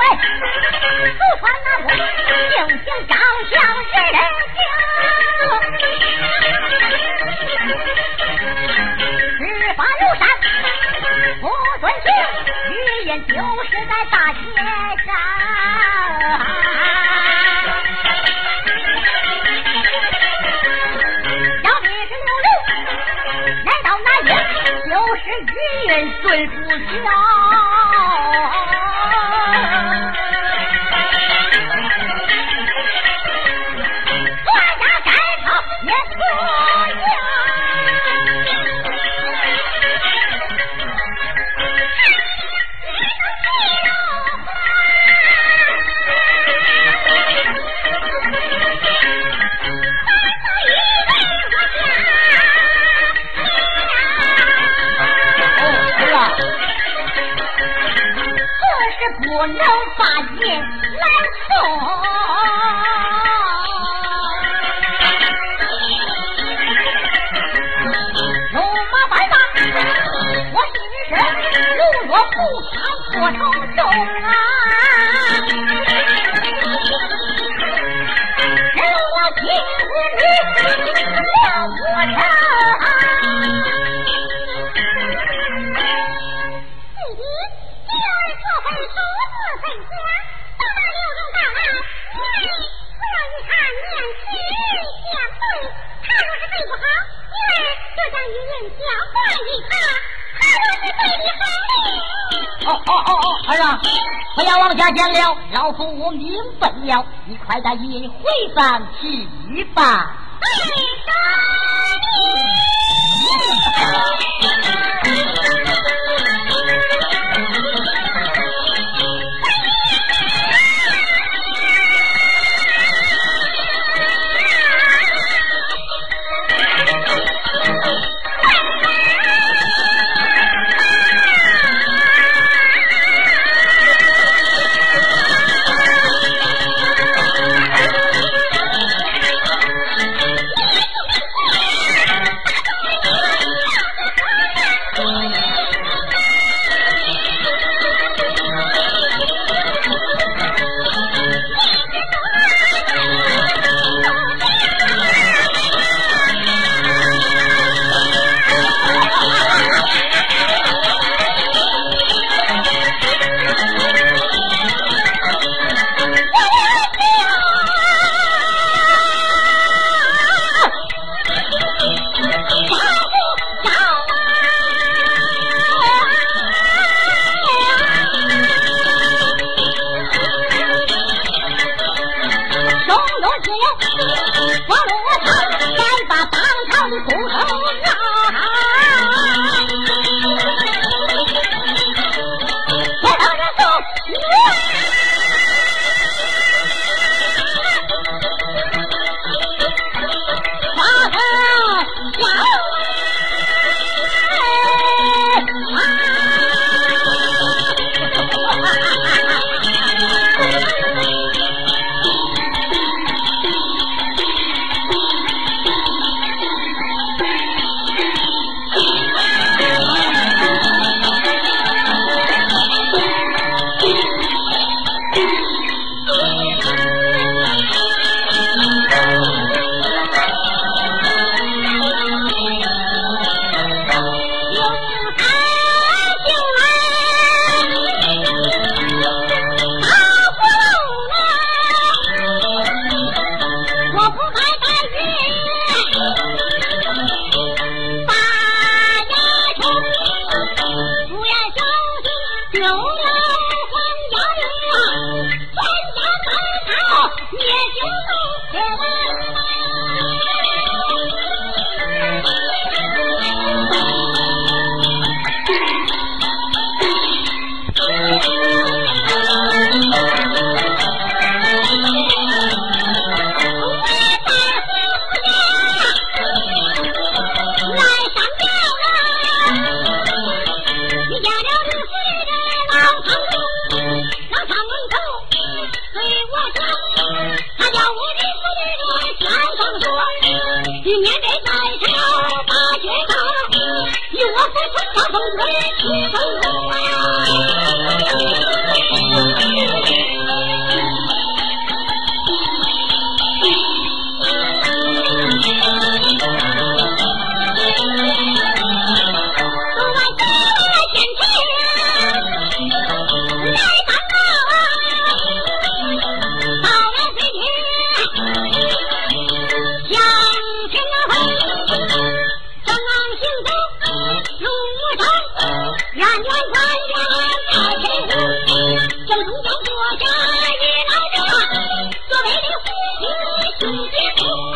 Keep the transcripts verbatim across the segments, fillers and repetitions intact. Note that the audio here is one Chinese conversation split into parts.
祖传那我性情长相是人情，执法如山不遵情，语言就是在大街上。要你是流流，难道那也就是语言最不小？不能把你来送，戎马白马，我心是如若不怕破城中啊，只有我心里了不成。 哦哦哦哦，儿啊，不要往下讲了，老夫我明白了，你快带爷回房去吧。 正中间坐下一老者，所谓的夫妻喜结婚啊。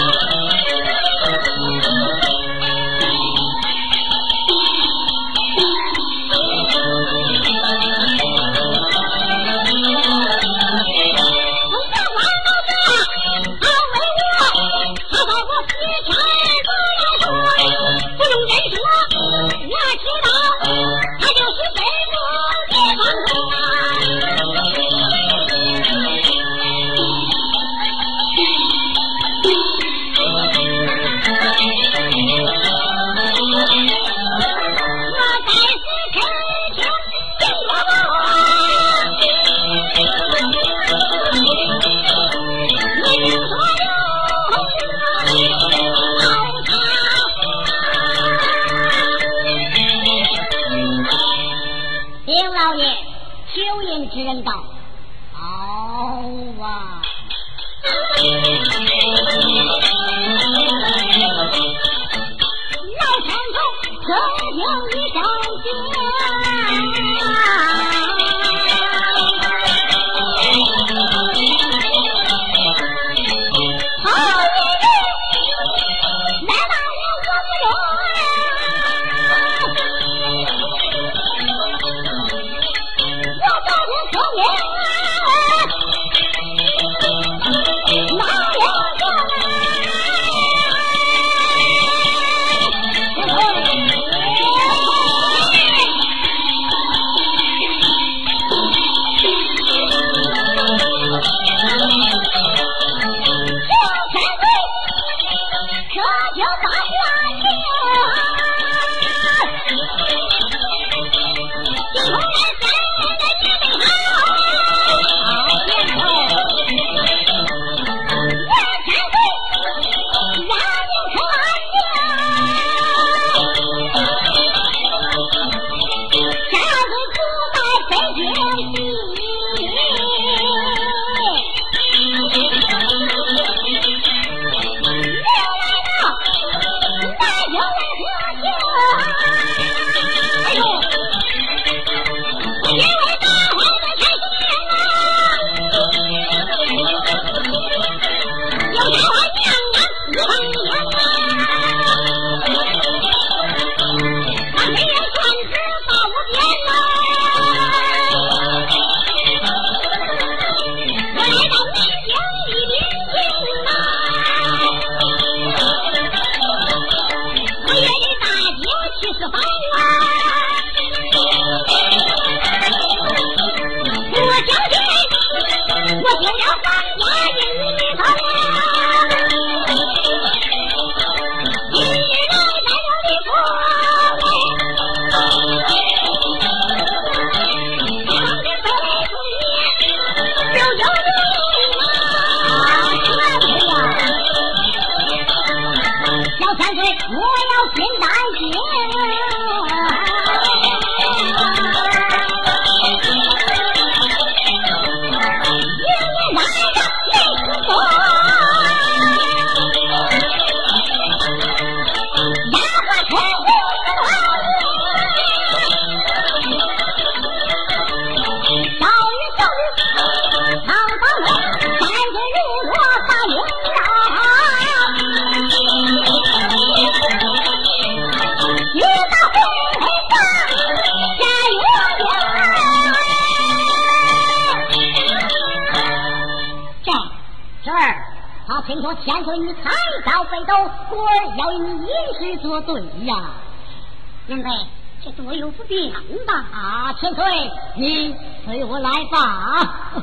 之人道：“好啊！”老山头这有一张嘴，好人来到了我不中。说明哪有这这就把话听，今后来三人的预备好。听说千岁你才到北斗，故而要你吟诗作对呀、啊。元帅，这多有不便吧？啊，千岁，你随我来吧。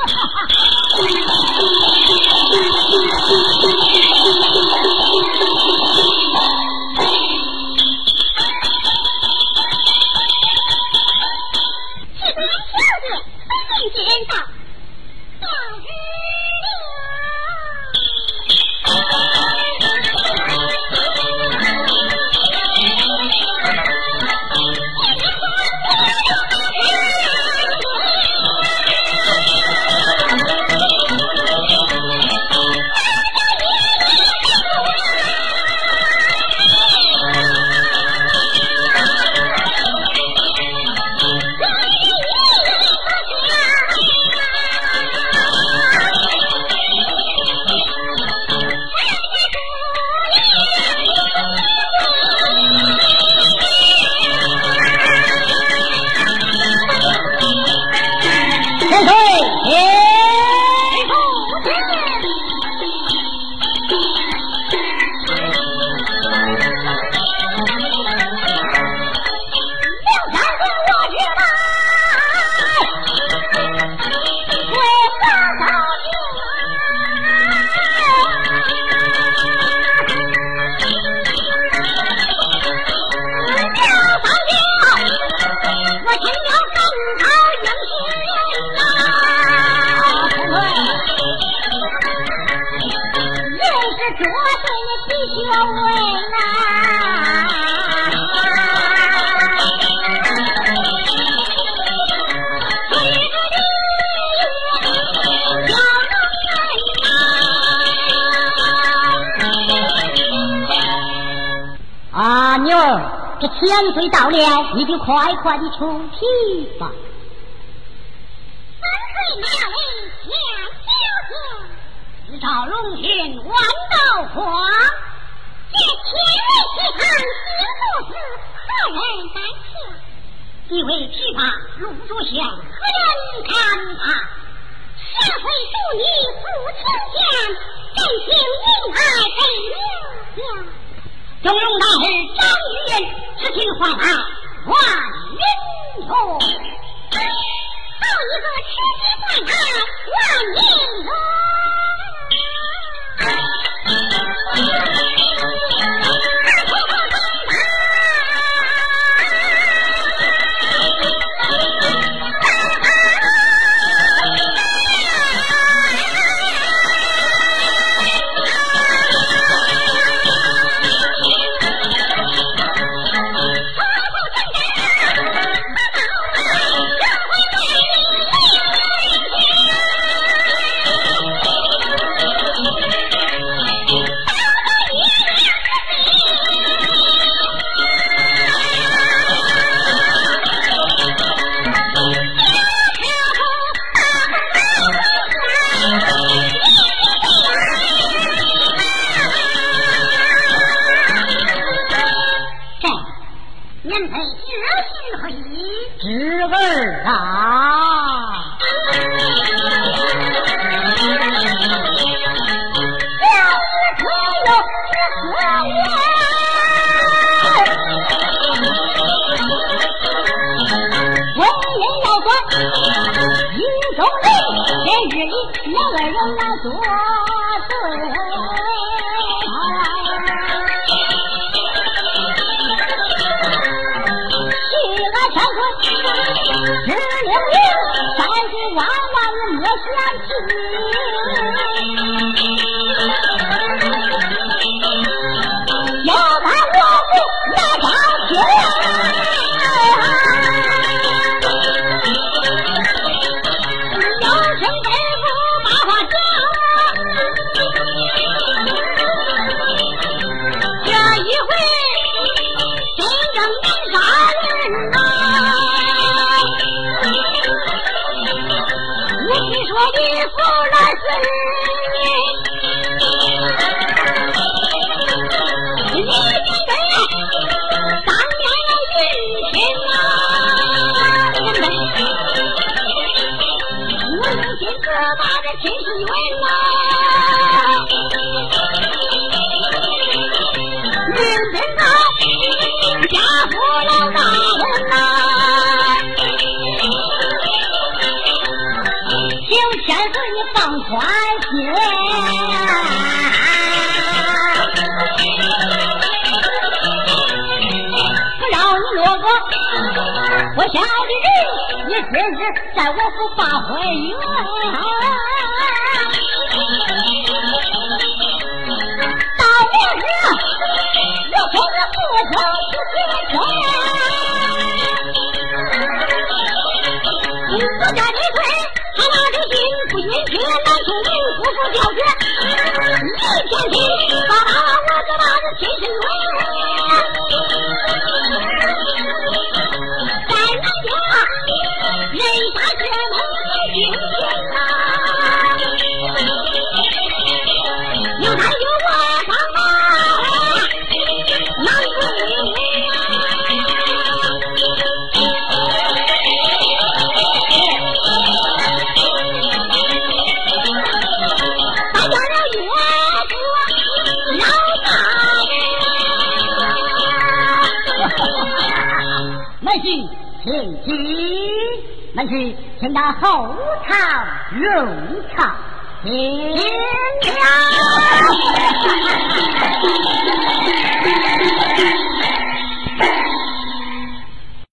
这个小子本之人道，道之这千岁到了，你就快快的出题吧。 三岁那位前九天， 日照龙云万道光。 这千位西堂新父子何人担下？ 几位琵琶陆主相何人看他？ 下回祝你父亲见，真情应爱被留下。 中庸大师张玉人，只听话他万人勇。 好一个吃鸡怪他万人勇。 侄儿啊， 小女可有何言？ 为人要管营中人，这日里两个人来作对。十六零三十万万人莫嫌弃，要把我不拿上去，有声辈不把话讲，这一回真正能杀人呐！我的夫人是你面对当年的云亲啊，我有心责骂这亲是冤呐，面对那家父老大人呐，请千岁你放宽心，不让你落个我想要的人，你今日在我府把婚约，到我日我给你不成去结婚，我家的罪他那个心不允许难出门不服教学，一天天把把我这把这亲身为在南家人家这门金钱啊，有他有我上啊难为门去请进，门去请到后堂入场，听了。